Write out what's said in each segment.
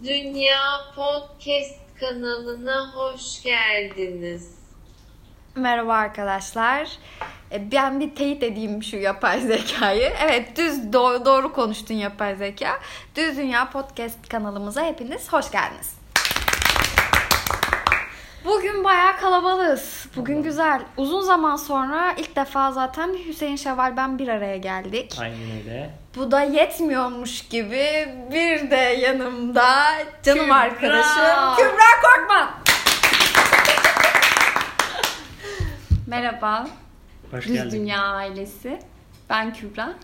Dünya Podcast kanalına hoş geldiniz. Merhaba arkadaşlar. Ben bir teyit edeyim şu yapay zekayı. Evet, doğru konuştun yapay zeka. Düz Dünya Podcast kanalımıza hepiniz hoş geldiniz. Bugün bayağı kalabalığız. Bugün güzel. Uzun zaman sonra ilk defa zaten Hüseyin Şevval ben bir araya geldik. Aynen öyle. Bu da yetmiyormuş gibi bir de yanımda canım Kübra. arkadaşım Kübra Korkman. Merhaba. Hoş Düz geldin. Dünya ailesi. Ben Kübra.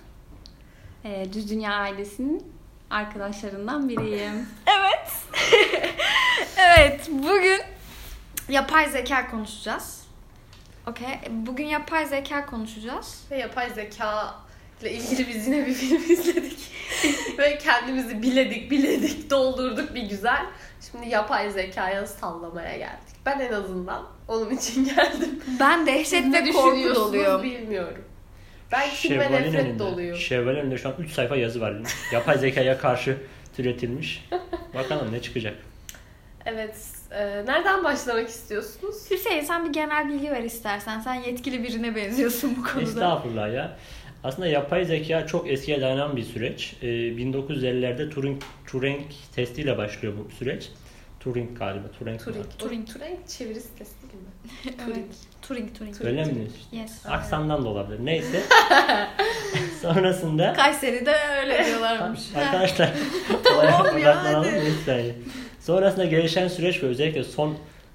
Düz Dünya ailesinin arkadaşlarından biriyim. Evet. Evet, bugün yapay zeka konuşacağız. Okey. Bugün yapay zeka konuşacağız. Ve yapay zeka ile ilgili biz yine bir film izledik. Ve kendimizi biledik, doldurduk bir güzel. Şimdi yapay zekaya sallamaya geldik. Ben en azından onun için geldim. Ben dehşet Siz ne ve korku düşünüyorsunuz doluyum. bilmiyorum. Ben kin ve nefret doluyum. Şevval'in önünde şu an 3 sayfa yazı var. Yapay zekaya karşı türetilmiş. Bakalım ne çıkacak. Evet. Nereden başlamak istiyorsunuz? Hüseyin sen bir genel bilgi ver istersen. Sen yetkili birine benziyorsun bu konuda. Estağfurullah ya. Aslında yapay zeka çok eskiye dayanan bir süreç. 1950'lerde Turing testiyle başlıyor bu süreç. Turing galiba. Turing çevirisi testi değil mi? Turing. Öyle mi? Yes. Aksandan da olabilir. Neyse. Sonrasında Kayseri'de öyle diyorlarmış. arkadaşlar Tamam ya, odaklanalım hadi. lütfen. Sonrasında gelişen süreç ve özellikle son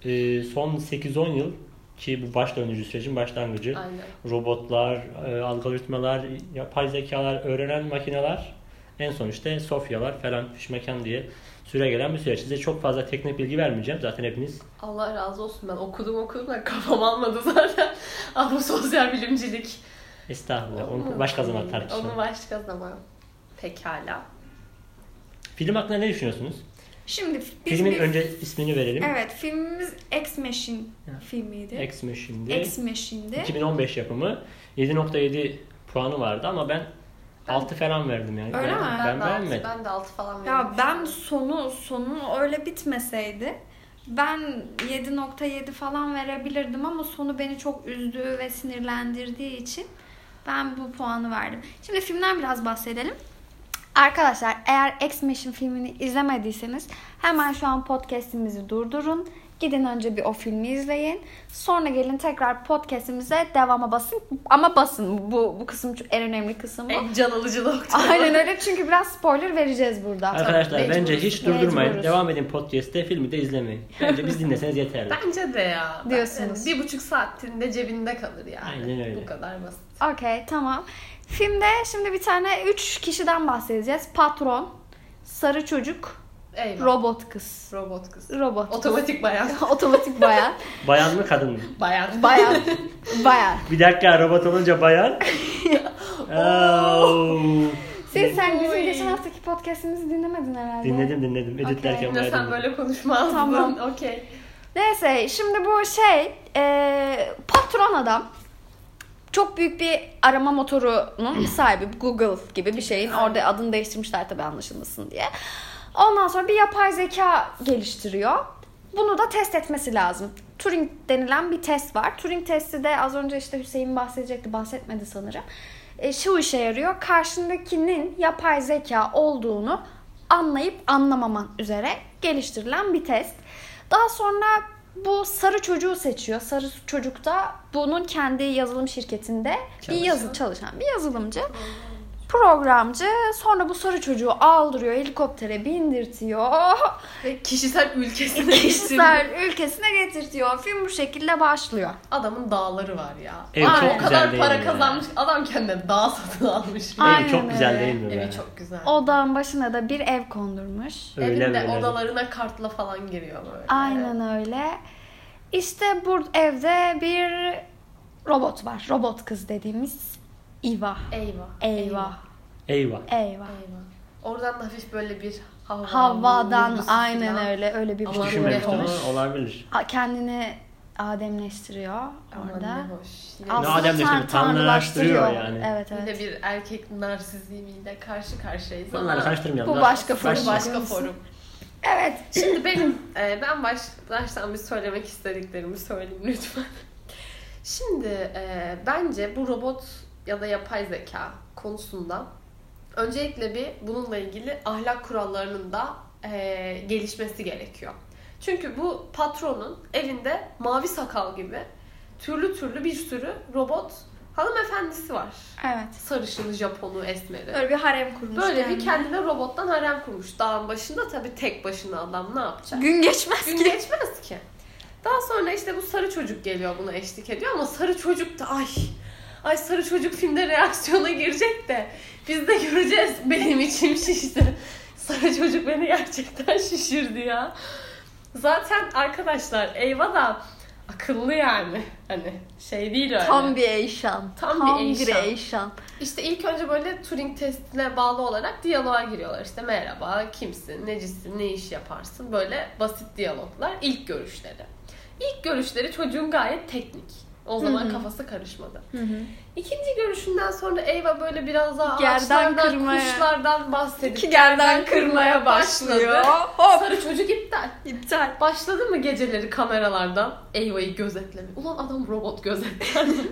8-10 yıl ki bu baş döndürücü sürecin başlangıcı. Aynen. Robotlar, algoritmalar, yapay zekalar, öğrenen makineler, en son işte Sofyalar falan mekan diye süre gelen bir süreç. Size çok fazla teknik bilgi vermeyeceğim. Zaten hepiniz Allah razı olsun, ben okudum da kafam almadı zaten. Ama sosyal bilimcilik. estağfurullah. Onu başka zaman tartışalım. Onu başka zaman. Pekala. Film hakkında ne düşünüyorsunuz? Şimdi biz Filmin önce ismini verelim. Evet, filmimiz Ex Machine filmiydi. Ex Machine'di. Ex Machine'di. 2015 yapımı. 7.7 puanı vardı ama ben 6 falan verdim yani. Öyle mi? Ben beğenmedim. Ben de 6 falan Ya veriyorum. ben sonu öyle bitmeseydi ben 7.7 falan verebilirdim ama sonu beni çok üzdü ve sinirlendirdiği için ben bu puanı verdim. Şimdi filmden biraz bahsedelim. Arkadaşlar eğer Ex Machine filmini izlemediyseniz hemen şu an podcast'imizi durdurun. Gidin önce bir o filmi izleyin. Sonra gelin tekrar podcast'imize devama basın. Ama basın. Bu kısım en önemli kısım bu. En can alıcı nokta. Aynen öyle, çünkü biraz spoiler vereceğiz burada. Arkadaşlar Mecburuz. bence hiç durdurmayın. Mecburuz. Devam edin podcast'te, filmi de izlemeyin. Bence biz dinleseniz yeterli. Bence de ya. Diyorsunuz. 1,5 saatinde cebinde kalır yani. Aynen öyle. Bu kadar basit. Okey, tamam. Filmde şimdi bir tane 3 kişiden bahsedeceğiz. Patron, sarı çocuk, Eyvah. robot kız. Robot kız. Robot kız. Otomatik bayan. Otomatik bayan. Bayan mı kadın mı? Bayan. Bayan. Bir dakika, robot olunca bayan. Oh. Sen bizim Oy. geçen haftaki podcast'imizi dinlemedin herhalde. Dinledim. Editlerken Okey. bayağı Sen dinledim. böyle konuşmazdın. Tamam. Okey. Neyse, şimdi bu patron adam çok büyük bir arama motorunun sahibi, Google gibi bir şeyin. Orada adını değiştirmişler tabii anlaşılmasın diye. Ondan sonra bir yapay zeka geliştiriyor. Bunu da test etmesi lazım. Turing denilen bir test var. Turing testi de az önce işte Hüseyin bahsetmedi sanırım. Şu işe yarıyor. Karşındakinin yapay zeka olduğunu anlayıp anlamaman üzere geliştirilen bir test. Daha sonra bu sarı çocuğu seçiyor. Sarı çocuk da bunun kendi yazılım şirketinde çalışan bir yazılımcı. Programcı. Sonra bu sarı çocuğu aldırıyor, helikoptere bindirtiyor. Ve kişisel ülkesine getiriyor. Kişisel ülkesine getirtiyor. Film bu şekilde başlıyor. Adamın dağları var ya. Ev Aynen. çok O güzel kadar değil para mi kazanmış. Adam kendine dağ satın almış. Aynen Ev çok güzel öyle. değil mi be? Evi çok güzel. O dağın başına da bir ev kondurmuş. Öyle Evinde böyle. odalarına kartla falan giriyor böyle. Aynen öyle. İşte bu evde bir robot var. Robot kız dediğimiz Eva. Eyvah. Eyvah. Oradan da hafif böyle bir Havadan vurgusu aynen falan. öyle. Öyle bir Aman vuruyor. Düşünmemiştim ne ama hoş. olabilir. Kendini ademleştiriyor Aman orada. ne hoş. Aslında Ademleştiriyor, tanrılaştırıyor yani. Evet. Yine bir erkek narsizmiyle karşı karşıyayız. Bunları karıştırmayalım. Bu Biraz başka forum. Başka forum. Evet. Şimdi ben baştan bir söylemek istediklerimi söyleyeyim lütfen. Şimdi bence bu robot ya da yapay zeka konusunda öncelikle bir bununla ilgili ahlak kurallarının da gelişmesi gerekiyor. Çünkü bu patronun evinde mavi sakal gibi türlü bir sürü robot hanımefendisi var. Evet. Sarışını, Japonu, esmeri. Böyle bir harem kurmuş. Böyle bir kendine robottan harem kurmuş. Dağın başında tabii tek başına adam ne yapacak? Gün geçmez Gün ki. geçmez ki. Daha sonra işte bu sarı çocuk geliyor, buna eşlik ediyor ama sarı çocuk da ay sarı çocuk filmde reaksiyona girecek de biz de göreceğiz. Benim içim şişti. Sarı çocuk beni gerçekten şişirdi ya. Zaten arkadaşlar Eyva da akıllı yani. Hani şey değil öyle. Tam bir Eyşan. Tam bir Eyşan. İşte ilk önce böyle Turing testine bağlı olarak diyaloğa giriyorlar. İşte merhaba, kimsin, necisin, ne iş yaparsın? Böyle basit diyaloglar. İlk görüşleri. İlk görüşleri çocuğun gayet teknik. O zaman kafası karışmadı. İkinci görüşünden sonra Eyva böyle biraz daha ağaçlardan, kuşlardan bahsedip İki gerdan kırmaya başlıyor. Hop. Sarı çocuk iptal. İptal. Başladı mı geceleri kameralardan Eyva'yı gözetleme? Ulan adam robot gözetler mi?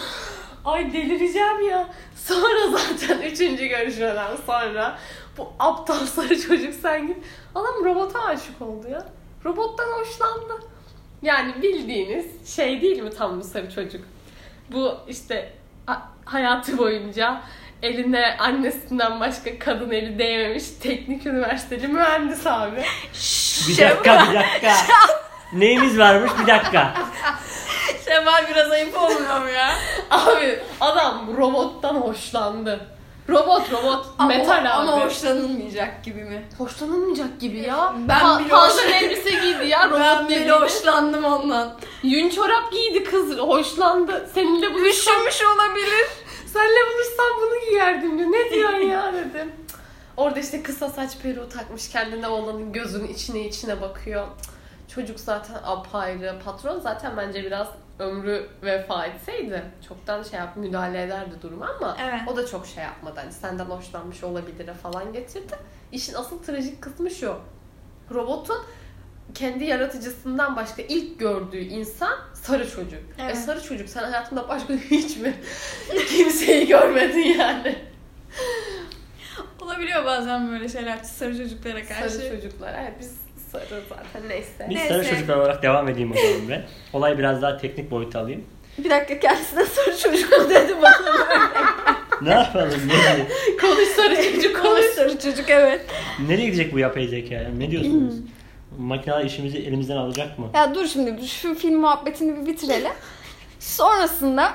Ay delireceğim ya. Sonra zaten üçüncü görüşmeden sonra bu aptal sarı çocuk sen git. Adam robota aşık oldu ya. Robottan hoşlandı. Yani bildiğiniz şey değil mi tam bu sarı çocuk? Bu işte hayatı boyunca eline annesinden başka kadın eli değmemiş teknik üniversiteli mühendis abi. Bir dakika. Neyimiz varmış bir dakika. Şevval biraz ayıp olmuyor mu ya? Abi adam robottan hoşlandı. Robot metal abi. Ama hoşlanılmayacak gibi mi? Hoşlanılmayacak gibi ya. Ben bile fazla elbise giydi ya robot Ben diye. bile hoşlandım ondan. Yün çorap giydi kız, hoşlandı. Seninle buluşsam, Üşümüş olabilir. seninle buluşsam bunu giyerdim diyor. Ne diyorsun ya dedim. Orada işte kısa saç peruğu takmış, kendine oğlanın gözünün içine bakıyor. Çocuk zaten apayrı. Patron zaten bence biraz ömrü vefa etseydi çoktan müdahale ederdi duruma ama Evet. o da çok yapmadı. Hani senden hoşlanmış olabilir falan getirdi. İşin asıl trajik kısmı şu. Robotun kendi yaratıcısından başka ilk gördüğü insan sarı çocuk. Evet. Sarı çocuk sen hayatında başka hiç mi kimseyi görmedin yani? Olabiliyor bazen böyle şeyler sarı çocuklara karşı. Sarı çocuklar. Evet biz sarı zaten neyse. Biz sarı çocuklar olarak devam edeyim o zaman ben. Olay biraz daha teknik boyuta alayım. Bir dakika kendisine sarı çocuk dedi bana. Ne yapalım? Ne Konuş sarı çocuk konuş. Sarı çocuk evet. Nereye gidecek bu yapay zeka? Ne diyorsunuz? Makineler işimizi elimizden alacak mı? Ya dur şimdi şu film muhabbetini bir bitirelim. Sonrasında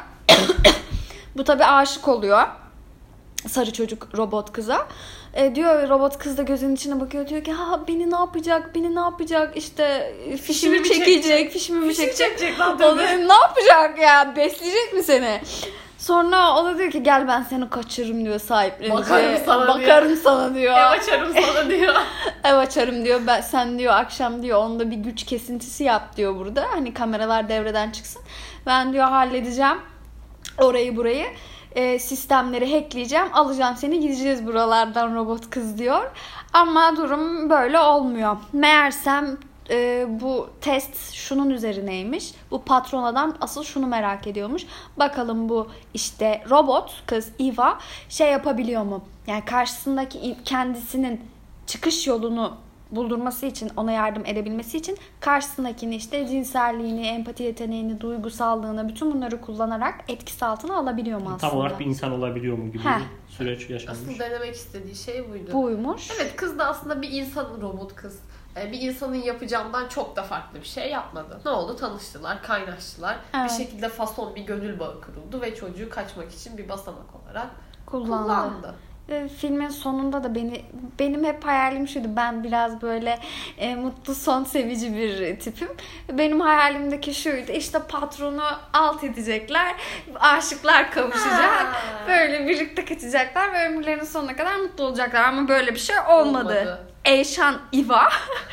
bu tabii aşık oluyor. Sarı çocuk robot kıza. Diyor robot kız da gözünün içine bakıyor diyor ki ha beni ne yapacak işte fişimi mi çekecek fişimi mi çekecek lan o da ne yapacak ya besleyecek mi seni? Sonra o da diyor ki gel ben seni kaçırırım diyor sahipleneceğim. Bakarım sana diyor. Ev açarım sana diyor. Ev açarım diyor. Sen diyor akşam diyor onda bir güç kesintisi yap diyor burada. Hani kameralar devreden çıksın. Ben diyor halledeceğim orayı burayı. Sistemleri hackleyeceğim. Alacağım seni gideceğiz buralardan robot kız diyor. Ama durum böyle olmuyor. Meğersem bu test şunun üzerineymiş. Bu patron adam asıl şunu merak ediyormuş. Bakalım bu işte robot kız Eva yapabiliyor mu? Yani karşısındaki kendisinin çıkış yolunu buldurması için, ona yardım edebilmesi için karşısındakini işte cinselliğini, empati yeteneğini, duygusallığını bütün bunları kullanarak etkisi altına alabiliyor mu aslında? Tam olarak bir insan olabiliyor mu gibi bir süreç yaşanmış. Aslında denemek istediği şey buydu. Buymuş. Evet kız da aslında bir insan robot kız. Bir insanın yapacağından çok da farklı bir şey yapmadı. Ne oldu? Tanıştılar, kaynaştılar. Evet. Bir şekilde fason bir gönül bağı kuruldu ve çocuğu kaçmak için bir basamak olarak Kullandı. kullandı. Filmin sonunda da benim hep hayalim şuydu. Ben biraz böyle mutlu son sevici bir tipim. Benim hayalimdeki şuydu. İşte patronu alt edecekler. Aşıklar kavuşacak. Böyle birlikte kaçacaklar ve ömürlerinin sonuna kadar mutlu olacaklar. Ama böyle bir şey olmadı. Eyşan Eva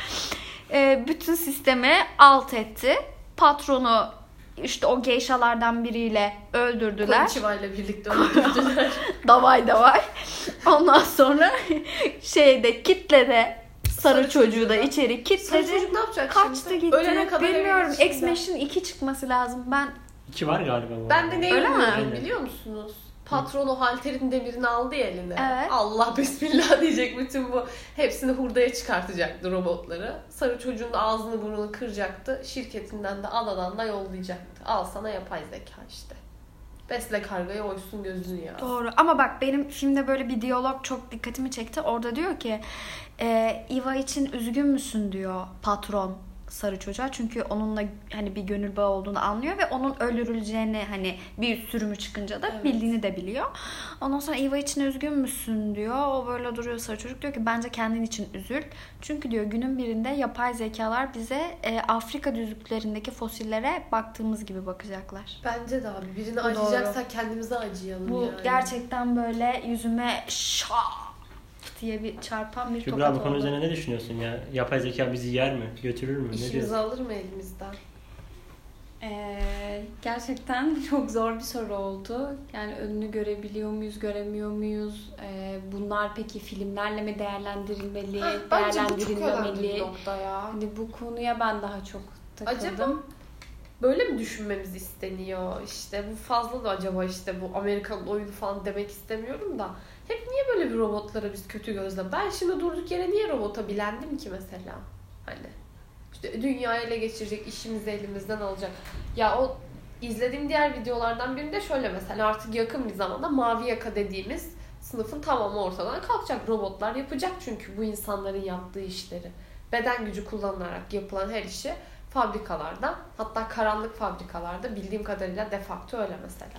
bütün sistemi alt etti. Patronu işte o geyşalardan biriyle öldürdüler. Konnichiwa ile birlikte öldürdüler. Davay. Ondan sonra kitlede Sarı çocuğu da içeri Sarı kilitledi. çocuk ne yapacak Kaçtı şimdi? gitti. Ölene kadar Bilmiyorum. evin içinde. X-Machine 2 çıkması lazım. Ben 2 var galiba bu Ben de neyi Öyle mi? umuyorum biliyor musunuz? Patron o halterin demirini aldı ya eline. Evet. Allah bismillah diyecek, bütün bu hepsini hurdaya çıkartacaktı robotları. Sarı çocuğun da ağzını burnunu kıracaktı. Şirketinden de Adadan da yollayacaktı. Al sana yapay zeka işte. Besle kargayı, oysun gözünü ya. Doğru ama bak benim filmde böyle bir diyalog çok dikkatimi çekti. Orada diyor ki Eva için üzgün müsün diyor patron sarı çocuğa. Çünkü onunla hani bir gönül bağı olduğunu anlıyor ve onun öldürüleceğini hani bir sürümü çıkınca da Evet. bildiğini de biliyor. Ondan sonra Eva için üzgün müsün diyor. O böyle duruyor, sarı çocuk diyor ki bence kendin için üzül. Çünkü diyor günün birinde yapay zekalar bize Afrika düzlüklerindeki fosillere baktığımız gibi bakacaklar. Bence de abi. Birine Bu acıyacaksak kendimize acıyalım Bu yani. gerçekten böyle yüzüme şak diye bir çarpan bir Kübra, tokat bu konu oldu. üzerine ne düşünüyorsun ya? Yapay zeka bizi yer mi? Götürür mü? Ne İşimizi diyorsun? alır mı elimizden? Gerçekten çok zor bir soru oldu. Yani önünü görebiliyor muyuz, göremiyor muyuz? Bunlar peki filmlerle mi değerlendirilmeli, Bence bu çok önemli bir değerlendirilmemeli? nokta ya. Hani bu konuya ben daha çok takıldım. Acaba böyle mi düşünmemiz isteniyor? İşte bu fazla da acaba işte bu Amerikan oyunu falan demek istemiyorum da. Hep niye böyle bir robotlara biz kötü gözle? Ben şimdi durduk yere niye robota bilendim ki mesela? Hani işte dünyayı ele geçirecek, işimizi elimizden alacak. Ya o izlediğim diğer videolardan birinde şöyle mesela artık yakın bir zamanda mavi yaka dediğimiz sınıfın tamamı ortadan kalkacak. Robotlar yapacak çünkü bu insanların yaptığı işleri. Beden gücü kullanılarak yapılan her işi fabrikalarda, hatta karanlık fabrikalarda bildiğim kadarıyla de facto öyle mesela.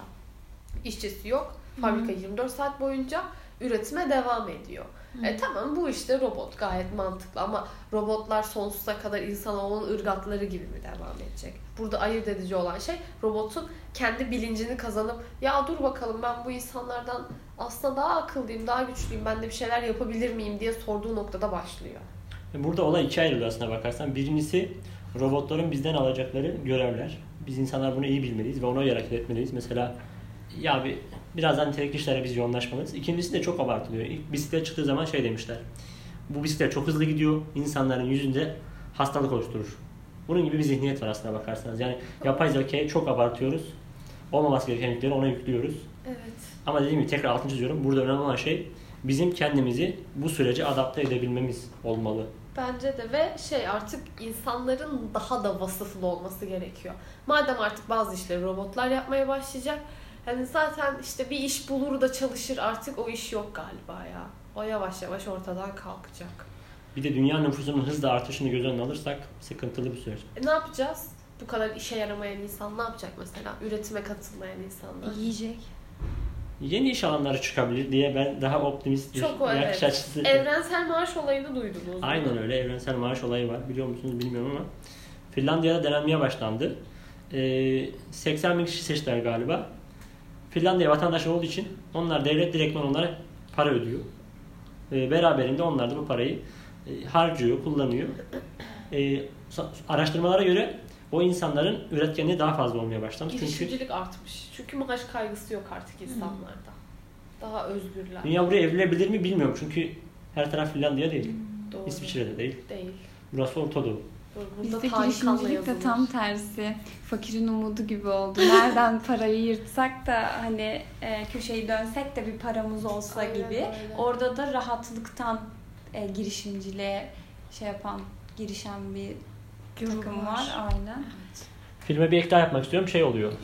İşçisi yok. Fabrika 24 saat boyunca üretime devam ediyor. Tamam, bu işte robot gayet mantıklı ama robotlar sonsuza kadar insanoğlunun ırgatları gibi mi devam edecek? Burada ayırt edici olan şey robotun kendi bilincini kazanıp ya dur bakalım ben bu insanlardan aslında daha akıllıyım, daha güçlüyüm, ben de bir şeyler yapabilir miyim diye sorduğu noktada başlıyor. Burada olay ikiye ayrılıyor aslına bakarsan. Birincisi robotların bizden alacakları görevler. Biz insanlar bunu iyi bilmeliyiz ve ona göre hareket etmeliyiz. Mesela ya birazdan nitelikli işlere biz yoğunlaşmalıyız. İkincisi de çok abartılıyor. İlk bisiklet çıktığı zaman şey demişler. Bu bisiklet çok hızlı gidiyor. İnsanların yüzünde hastalık oluşturur. Bunun gibi bir zihniyet var aslına bakarsanız. Yani yapay zekayı çok abartıyoruz. Olmaması gereken yükleri ona yüklüyoruz. Evet. Ama dediğim gibi tekrar altını çiziyorum. Burada önemli olan şey bizim kendimizi bu sürece adapte edebilmemiz olmalı. Bence de ve artık insanların daha da vasıflı olması gerekiyor. Madem artık bazı işleri robotlar yapmaya başlayacak. Yani zaten işte bir iş bulur da çalışır, artık o iş yok galiba ya. O yavaş yavaş ortadan kalkacak. Bir de dünya nüfusunun hızla artışını göz önüne alırsak sıkıntılı bir süreç. Ne yapacağız? Bu kadar işe yaramayan insan ne yapacak mesela? Üretime katılmayan insanlar. Yiyecek. Yeni iş alanları çıkabilir diye ben daha optimist bir Çok o, bakış evet. açısı. Evrensel maaş olayını duydunuz. Aynen öyle. Evrensel maaş olayı var. Biliyor musunuz bilmiyorum ama Finlandiya'da denenmeye başlandı. 80 bin kişi seçtiler galiba. Finlandiya vatandaşı olduğu için onlar devlet direktman onlara para ödüyor. Beraberinde onlar da bu parayı harcıyor, kullanıyor. Araştırmalara göre o insanların üretkenliği daha fazla olmaya başlamış. Girişimcilik artmış. Çünkü maaş kaygısı yok artık insanlarda. Daha özgürler. Dünya buraya evrilebilir mi bilmiyorum. Çünkü her taraf Finlandiya değil. Doğru. İsviçre'de değil. Değil. Burası Orta Doğu. Burada Bizde tarih kanla girişimcilik de yazılır. tam tersi. Fakirin umudu gibi oldu. Nereden parayı yırtsak da hani köşeyi dönsek de bir paramız olsa Aynen gibi. öyle. Orada da rahatlıktan girişimciliğe girişen bir takım var. Aynen. Filme bir ek daha yapmak istiyorum. Şey oluyor.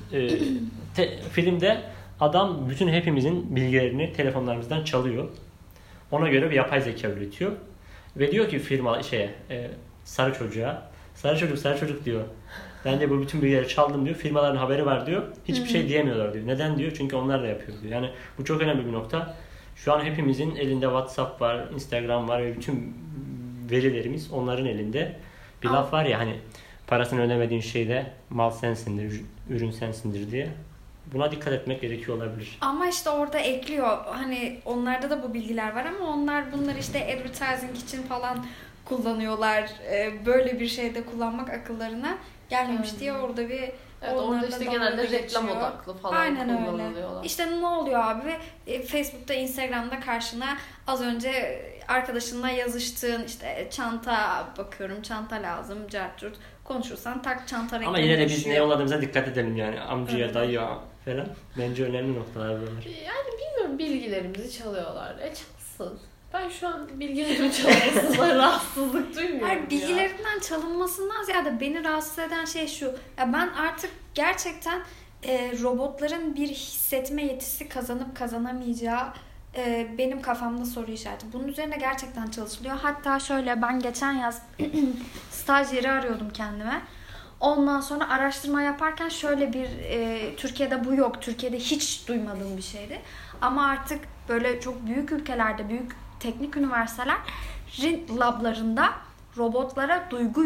Filmde adam bütün hepimizin bilgilerini telefonlarımızdan çalıyor. Ona göre bir yapay zeka üretiyor. Ve diyor ki firma sarı çocuğa. Sarı çocuk diyor. Ben de bu bütün bilgileri çaldım diyor. Firmaların haberi var diyor. Hiçbir şey diyemiyorlar diyor. Neden diyor? Çünkü onlar da yapıyor diyor. Yani bu çok önemli bir nokta. Şu an hepimizin elinde WhatsApp var, Instagram var ve bütün verilerimiz onların elinde. Bir laf var ya hani parasını ödemediğin şeyde mal sensindir, ürün sensindir diye. Buna dikkat etmek gerekiyor olabilir. Ama işte orada ekliyor. Hani onlarda da bu bilgiler var ama onlar bunları işte advertising için falan kullanıyorlar. Böyle bir şeyde kullanmak akıllarına gelmemiş diye orada bir Evet, orada Onlarla işte dalga genelde reklam geçiyor. odaklı falan Aynen öyle. kullanılıyorlar. İşte ne oluyor abi? Facebook'ta, Instagram'da karşına az önce arkadaşınla yazıştığın işte çanta bakıyorum, çanta lazım, cartçurt konuşursan tak çanta reklamı Ama yine de biz düşüyor. ne yolladığımıza dikkat edelim yani. Amcaya, Evet. dayıya falan. Bence önemli noktalar bunlar. Yani bilmiyorum, bilgilerimizi çalıyorlar. Çalsın. Ben şu an bilgilerimi çalmasından rahatsızlık duymuyorum Hayır, ya. bilgilerinden çalınmasından ziyade beni rahatsız eden şey şu. Ya ben artık gerçekten robotların bir hissetme yetisi kazanıp kazanamayacağı benim kafamda soru işareti. Bunun üzerine gerçekten çalışılıyor. Hatta şöyle, ben geçen yaz staj yeri arıyordum kendime. Ondan sonra araştırma yaparken şöyle bir Türkiye'de bu yok. Türkiye'de hiç duymadığım bir şeydi. Ama artık böyle çok büyük ülkelerde, büyük teknik üniversitelerin lablarında robotlara duygu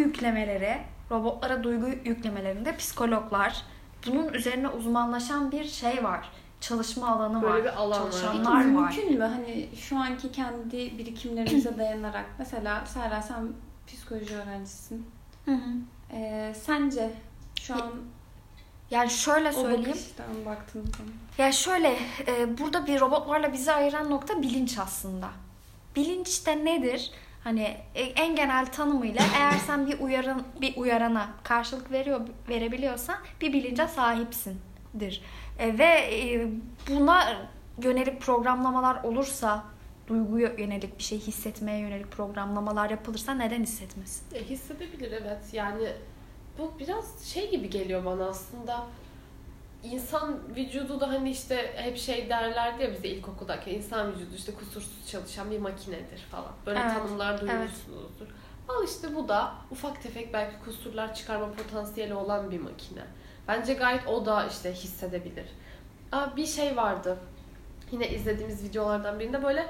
yüklemelerinde psikologlar, bunun üzerine uzmanlaşan bir şey var. Çalışma alanı var. Böyle bir alan var. Çalışanlar var. Mümkün mü? Hani şu anki kendi birikimlerimize dayanarak. Mesela Serra, sen psikoloji öğrencisin. Hı hı. Sence şu an Yani şöyle o söyleyeyim. bakıştan baktığın zaman. Ya şöyle, burada bir robotlarla bizi ayıran nokta bilinç aslında. Bilinç de nedir? Hani en genel tanımıyla eğer sen bir uyarana karşılık verebiliyorsan bir bilince sahipsindir. Ve buna yönelik programlamalar olursa, duyguya yönelik bir şey hissetmeye yönelik programlamalar yapılırsa neden hissetmesin? Hissedebilir, evet. Yani bu biraz şey gibi geliyor bana aslında. İnsan vücudu da hani işte hep şey derlerdi ya bize ilkokuldaki, insan vücudu işte kusursuz çalışan bir makinedir falan. Böyle Evet, tanımlar duymuşsunuzdur. Al işte bu da ufak tefek belki kusurlar çıkarma potansiyeli olan bir makine. Bence gayet o da işte hissedebilir. Bir şey vardı. Yine izlediğimiz videolardan birinde böyle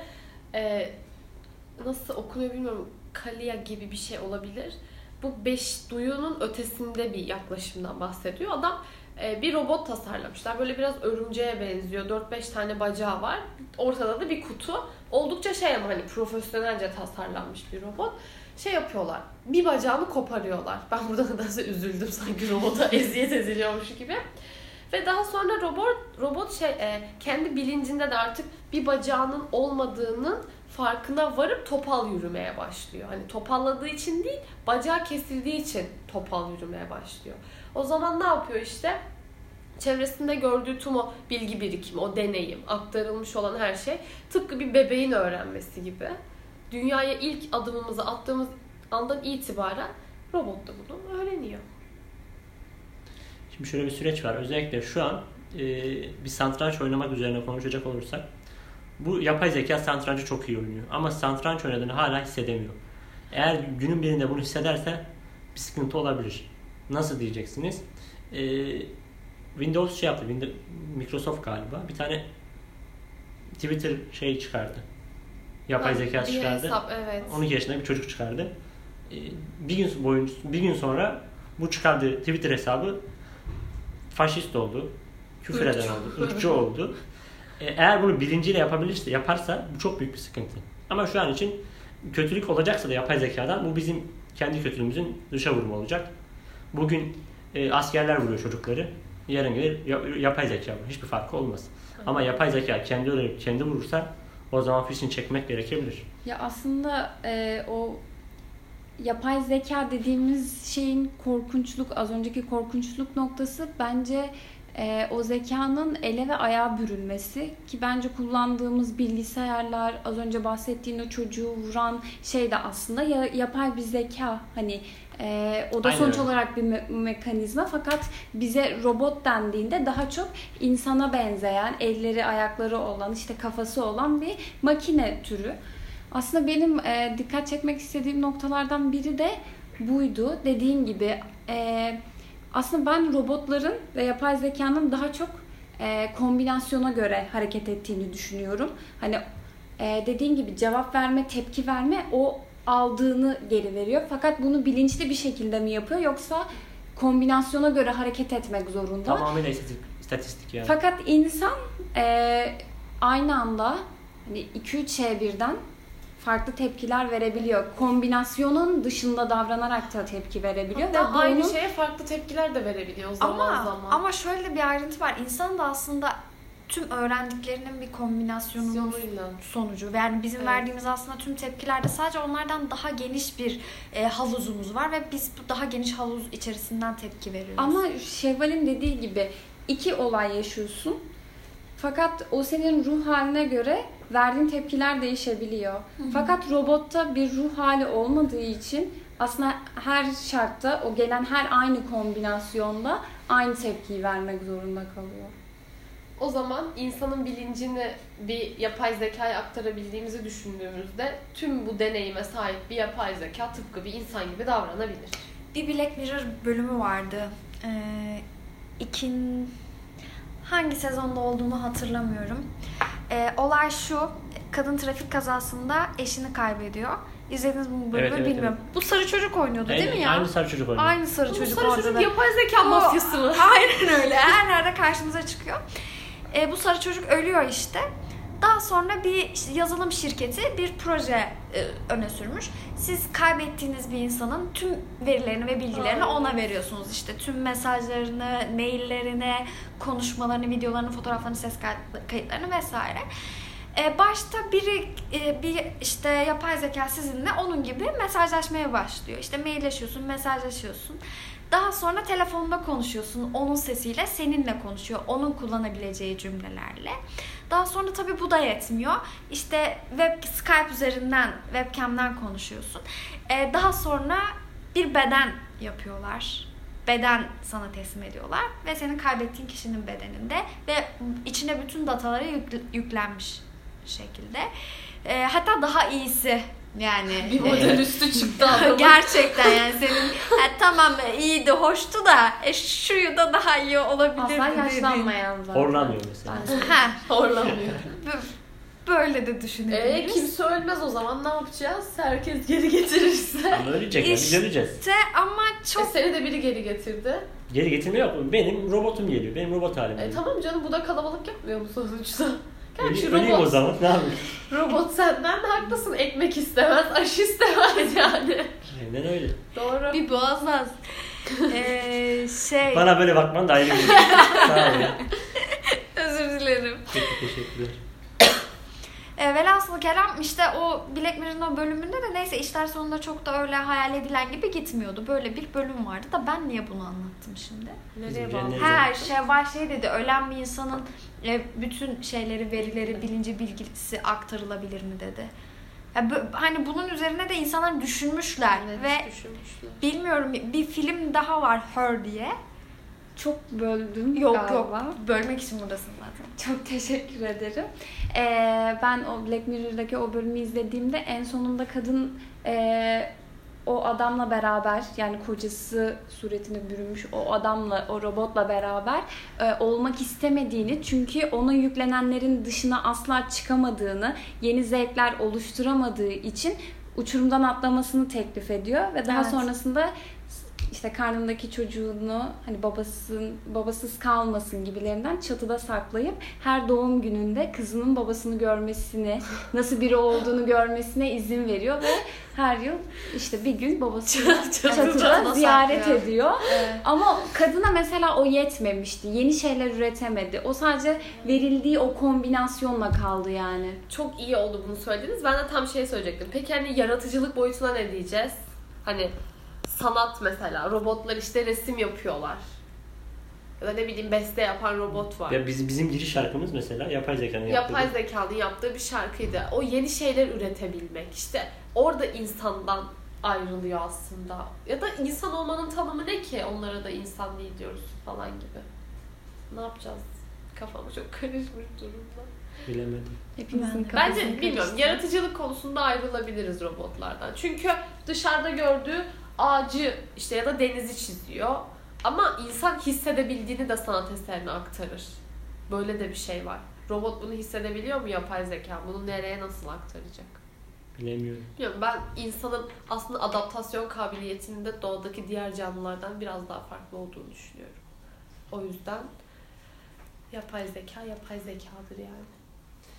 nasıl okunuyor bilmiyorum. Kalia gibi bir şey olabilir. Bu 5 duyunun ötesinde bir yaklaşımdan bahsediyor. Adam bir robot tasarlamışlar. Böyle biraz örümceğe benziyor. 4-5 tane bacağı var. Ortada da bir kutu. Oldukça şey ama hani profesyonelce tasarlanmış bir robot. Şey yapıyorlar. Bir bacağını koparıyorlar. Ben burada nedense üzüldüm, sanki robota eziyet ediliyormuş gibi. Ve daha sonra robot kendi bilincinde de artık bir bacağının olmadığının farkına varıp topal yürümeye başlıyor. Hani topalladığı için değil, bacağı kesildiği için topal yürümeye başlıyor. O zaman ne yapıyor işte? Çevresinde gördüğü tüm o bilgi birikimi, o deneyim, aktarılmış olan her şey tıpkı bir bebeğin öğrenmesi gibi. Dünyaya ilk adımımızı attığımız andan itibaren robot da bunu öğreniyor. Şimdi şöyle bir süreç var. Özellikle şu an bir satranç oynamak üzerine konuşacak olursak, bu yapay zeka satrancı çok iyi oynuyor. Ama satranç oynadığını hala hissedemiyor. Eğer günün birinde bunu hissederse bir sıkıntı olabilir. Nasıl diyeceksiniz? Windows yaptı. Microsoft galiba. Bir tane Twitter çıkardı. Yapay zeka çıkardı. Hesap, evet. 12 yaşında bir çocuk çıkardı. Bir gün sonra bu çıkardığı Twitter hesabı faşist oldu. Küfür eden oldu. Irkçı oldu. Eğer bunu bilinciyle yaparsa bu çok büyük bir sıkıntı. Ama şu an için kötülük olacaksa da yapay zekadan, bu bizim kendi kötülüğümüzün dışa vurumu olacak. Bugün askerler vuruyor çocukları. Yarın gelir yapay zeka vurur. Hiçbir farkı olmaz. Ama yapay zeka kendi vurursa o zaman fişini çekmek gerekebilir. Ya aslında o yapay zeka dediğimiz şeyin az önceki korkunçluk noktası bence o zekanın ele ve ayağa bürünmesi, ki bence kullandığımız bilgisayarlar, az önce bahsettiğin o çocuğu vuran şey de aslında yapay bir zeka. Hani o da Aynen sonuç öyle. olarak bir mekanizma, fakat bize robot dendiğinde daha çok insana benzeyen, elleri ayakları olan, işte kafası olan bir makine türü. Aslında benim dikkat çekmek istediğim noktalardan biri de buydu. Dediğim gibi aslında ben robotların ve yapay zekanın daha çok kombinasyona göre hareket ettiğini düşünüyorum. Hani dediğin gibi cevap verme, tepki verme, o aldığını geri veriyor. Fakat bunu bilinçli bir şekilde mi yapıyor, yoksa kombinasyona göre hareket etmek zorunda? Tamamıyla istatistik yani. Fakat insan aynı anda hani 2-3 şeye birden farklı tepkiler verebiliyor. Kombinasyonun dışında davranarak da tepki verebiliyor. Hatta ve aynı bunun... şeye farklı tepkiler de verebiliyor zaman zaman. Ama şöyle bir ayrıntı var. İnsanın da aslında tüm öğrendiklerinin bir kombinasyonunun sonucu. Yani bizim verdiğimiz aslında tüm tepkilerde sadece onlardan daha geniş bir havuzumuz var ve biz bu daha geniş havuz içerisinden tepki veriyoruz. Ama Şevval'in dediği gibi 2 olay yaşıyorsun. Fakat o senin ruh haline göre verdiğin tepkiler değişebiliyor. Fakat robotta bir ruh hali olmadığı için aslında her şartta o gelen her aynı kombinasyonda aynı tepkiyi vermek zorunda kalıyor. O zaman insanın bilincini bir yapay zekaya aktarabildiğimizi düşündüğümüzde tüm bu deneyime sahip bir yapay zeka tıpkı bir insan gibi davranabilir. Bir Black Mirror bölümü vardı. Hangi sezonda olduğunu hatırlamıyorum. Olay şu, kadın trafik kazasında eşini kaybediyor. İzlediniz mi bu bölümü bilmiyorum. Evet. Bu sarı çocuk oynuyordu değil mi ya? Aynı sarı çocuk oynuyor. Aynı sarı çocuk sarı çocuk yapay zeka mafyası mı? Aynen öyle. Her nerede karşımıza çıkıyor. Bu sarı çocuk ölüyor işte. Daha sonra bir yazılım şirketi bir proje öne sürmüş. Siz kaybettiğiniz bir insanın tüm verilerini ve bilgilerini ona veriyorsunuz. İşte tüm mesajlarını, maillerini, konuşmalarını, videolarını, fotoğraflarını, ses kayıtlarını vesaire. Başta biri bir işte yapay zeka sizinle onun gibi mesajlaşmaya başlıyor. İşte mailleşiyorsun, mesajlaşıyorsun. Daha sonra telefonda konuşuyorsun. Onun sesiyle seninle konuşuyor. Onun kullanabileceği cümlelerle. Daha sonra tabii bu da yetmiyor. İşte Skype üzerinden, webcam'den konuşuyorsun. Daha sonra bir beden yapıyorlar. Beden sana teslim ediyorlar. Ve senin kaybettiğin kişinin bedeninde. Ve içine bütün dataları yüklenmiş şekilde. Hatta daha iyisi. Yani bir model üstü çıktı adamın. Gerçekten yani senin tamam iyiydi, hoştu da şuyu da daha iyi olabilir. Asla yaşlanmayan zaten. Horlanmıyor mesela. Horlanmıyor. Böyle de düşünebiliriz. Kimse ölmez o zaman ne yapacağız? Herkes geri getirirse. Ama ölecek ya, biz göreceğiz. Ama çok... Seni de biri geri getirdi. Geri getirme yok. Benim robotum geliyor. Benim robot halim geliyor. Tamam canım bu da kalabalık yapmıyor mu sonuçta? Öleyim o zaman ne yapayım? Robot senden de haklısın. Ekmek istemez, aşı istemez yani. Aynen öyle. Doğru. Bir boğazlaz. Bana böyle bakman da ayrı bir Sağ ol ya. Özür dilerim. Peki, teşekkürler. Velhasıl kelam işte o Black Mirror'ın o bölümünde de neyse işler sonunda çok da öyle hayal edilen gibi gitmiyordu. Böyle bir bölüm vardı da ben niye bunu anlattım şimdi? Nereye bağlı? Her şey dedi. Ölen bir insanın bütün şeyleri, verileri, bilinci, bilgisi aktarılabilir mi dedi. Hani bunun üzerine de insanlar düşünmüşler ve düşünmüşler. Bilmiyorum bir film daha var Her diye. Çok böldüm galiba. Yok bölmek için buradasın zaten. Çok teşekkür ederim. Ben o Black Mirror'daki o bölümü izlediğimde en sonunda kadın o adamla beraber yani kocası suretine bürünmüş o adamla o robotla beraber olmak istemediğini çünkü ona yüklenenlerin dışına asla çıkamadığını yeni zevkler oluşturamadığı için uçurumdan atlamasını teklif ediyor ve daha sonrasında işte karnındaki çocuğunu hani babasız kalmasın gibilerinden çatıda saklayıp her doğum gününde kızının babasını görmesini, nasıl biri olduğunu görmesine izin veriyor ve her yıl işte bir gün babasını çatıda ziyaret ediyor. Evet. Ama kadına mesela o yetmemişti. Yeni şeyler üretemedi. O sadece verildiği o kombinasyonla kaldı yani. Çok iyi oldu bunu söylediniz. Ben de tam şey söyleyecektim. Peki hani yaratıcılık boyutuna ne diyeceğiz? Hani sanat mesela. Robotlar işte resim yapıyorlar. Ya da ne bileyim beste yapan robot var. Ya bizim giriş şarkımız mesela yapay zekanın yaptığı. Yapay zekanın yaptığı bir şarkıydı. O yeni şeyler üretebilmek. İşte orada insandan ayrılıyor aslında. Ya da insan olmanın tanımı ne ki? Onlara da insan değil diyoruz falan gibi. Ne yapacağız? Kafam çok karışmış durumda. Bilemedim. Bence bilmiyorum. Yaratıcılık konusunda ayrılabiliriz robotlardan. Çünkü dışarıda gördüğü ağacı işte ya da denizi çiziyor. Ama insan hissedebildiğini de sanat eserine aktarır. Böyle de bir şey var. Robot bunu hissedebiliyor mu yapay zeka? Bunu nereye nasıl aktaracak? Bilemiyorum. Bilmiyorum, ben insanın aslında adaptasyon kabiliyetinin de doğadaki diğer canlılardan biraz daha farklı olduğunu düşünüyorum. O yüzden yapay zeka yapay zekadır yani.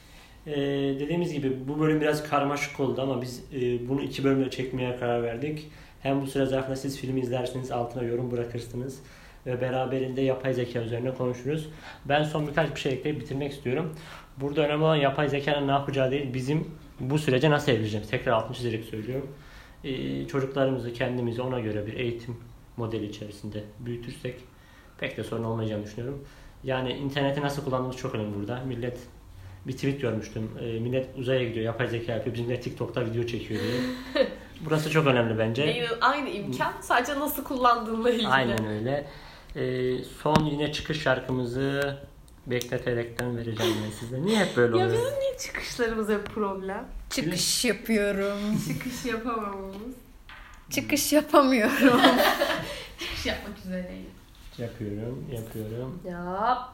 Dediğimiz gibi bu bölüm biraz karmaşık oldu ama biz bunu 2 bölümle çekmeye karar verdik. Hem bu süre zarfında siz filmi izlersiniz, altına yorum bırakırsınız ve beraberinde yapay zeka üzerine konuşuruz. Ben son birkaç bir şey ekleyip bitirmek istiyorum. Burada önemli olan yapay zekanın ne yapacağı değil, bizim bu sürece nasıl evrileceğimiz. Tekrar altını çizerek söylüyorum. Çocuklarımızı, kendimizi ona göre bir eğitim modeli içerisinde büyütürsek pek de sorun olmayacağını düşünüyorum. Yani interneti nasıl kullandığımız çok önemli burada. Millet bir tweet görmüştüm. Millet uzaya gidiyor, yapay zeka yapıyor. Bizimle TikTok'ta video çekiyor diye. Burası çok önemli bence. Aynı imkan, sadece nasıl kullandığınla ilgili. Aynen öyle. Son yine çıkış şarkımızı bekleterekten vereceğim ben size. Niye hep böyle oluyor? Ya bizim niye çıkışlarımız hep problem? Çıkış yapıyorum. Çıkış yapamamamız. Çıkış yapamıyorum. Çıkış yapmak üzereyim. Yapıyorum. Yap.